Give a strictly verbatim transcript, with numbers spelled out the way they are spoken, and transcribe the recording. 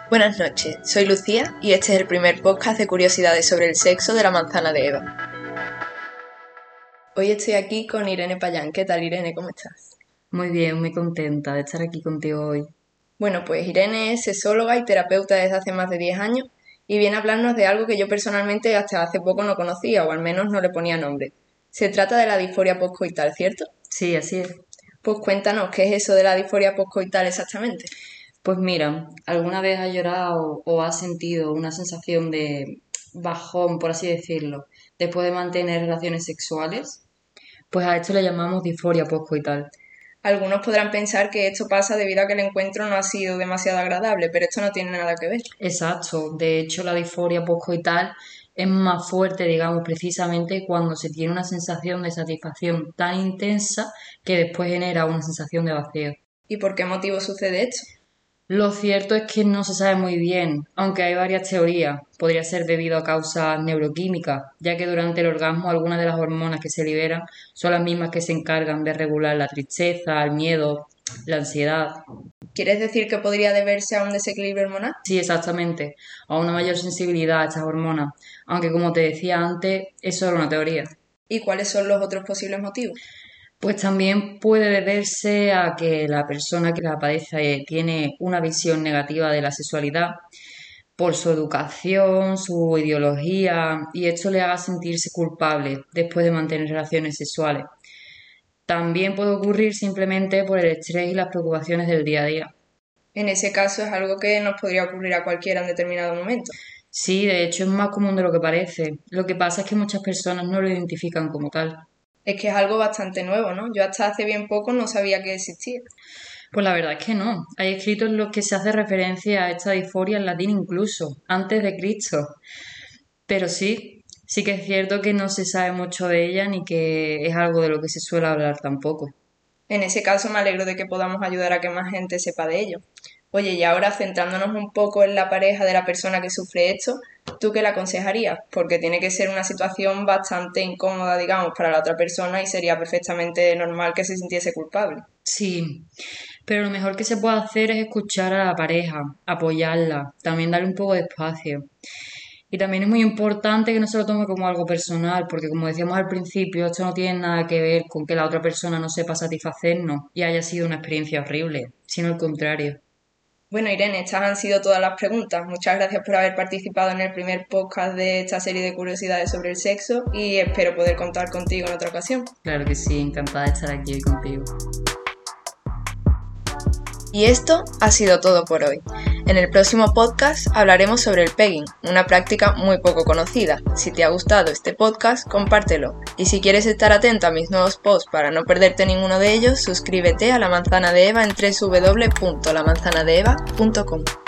Buenas noches, soy Lucía y este es el primer podcast de curiosidades sobre el sexo de la manzana de Eva. Hoy estoy aquí con Irene Payán. ¿Qué tal, Irene? ¿Cómo estás? Muy bien, muy contenta de estar aquí contigo hoy. Bueno, pues Irene es sexóloga y terapeuta desde hace más de diez años y viene a hablarnos de algo que yo personalmente hasta hace poco no conocía o al menos no le ponía nombre. Se trata de la disforia postcoital, ¿cierto? Sí, así es. Pues cuéntanos, ¿qué es eso de la disforia postcoital exactamente? Pues mira, ¿alguna vez has llorado o has sentido una sensación de bajón, por así decirlo, después de mantener relaciones sexuales? Pues a esto le llamamos disforia postcoital. Algunos podrán pensar que esto pasa debido a que el encuentro no ha sido demasiado agradable, pero esto no tiene nada que ver. Exacto, de hecho la disforia postcoital es más fuerte, digamos, precisamente cuando se tiene una sensación de satisfacción tan intensa que después genera una sensación de vacío. ¿Y por qué motivo sucede esto? Lo cierto es que no se sabe muy bien, aunque hay varias teorías. Podría ser debido a causas neuroquímicas, ya que durante el orgasmo algunas de las hormonas que se liberan son las mismas que se encargan de regular la tristeza, el miedo, la ansiedad. ¿Quieres decir que podría deberse a un desequilibrio hormonal? Sí, exactamente, a una mayor sensibilidad a estas hormonas, aunque como te decía antes, es solo una teoría. ¿Y cuáles son los otros posibles motivos? Pues también puede deberse a que la persona que la padece tiene una visión negativa de la sexualidad por su educación, su ideología, y esto le haga sentirse culpable después de mantener relaciones sexuales. También puede ocurrir simplemente por el estrés y las preocupaciones del día a día. En ese caso es algo que nos podría ocurrir a cualquiera en determinado momento. Sí, de hecho es más común de lo que parece. Lo que pasa es que muchas personas no lo identifican como tal. Es que es algo bastante nuevo, ¿no? Yo hasta hace bien poco no sabía que existía. Pues la verdad es que no. Hay escritos en los que se hace referencia a esta disforia en latín incluso, antes de Cristo. Pero sí, sí que es cierto que no se sabe mucho de ella ni que es algo de lo que se suele hablar tampoco. En ese caso me alegro de que podamos ayudar a que más gente sepa de ello. Oye, y ahora centrándonos un poco en la pareja de la persona que sufre esto, ¿tú qué le aconsejarías? Porque tiene que ser una situación bastante incómoda, digamos, para la otra persona y sería perfectamente normal que se sintiese culpable. Sí, pero lo mejor que se puede hacer es escuchar a la pareja, apoyarla, también darle un poco de espacio. Y también es muy importante que no se lo tome como algo personal, porque como decíamos al principio, esto no tiene nada que ver con que la otra persona no sepa satisfacernos y haya sido una experiencia horrible, sino al contrario. Bueno, Irene, estas han sido todas las preguntas. Muchas gracias por haber participado en el primer podcast de esta serie de curiosidades sobre el sexo y espero poder contar contigo en otra ocasión. Claro que sí, encantada de estar aquí hoy contigo. Y esto ha sido todo por hoy. En el próximo podcast hablaremos sobre el pegging, una práctica muy poco conocida. Si te ha gustado este podcast, compártelo. Y si quieres estar atento a mis nuevos posts para no perderte ninguno de ellos, suscríbete a La Manzana de Eva en doble u doble u doble u punto la manzana de eva punto com.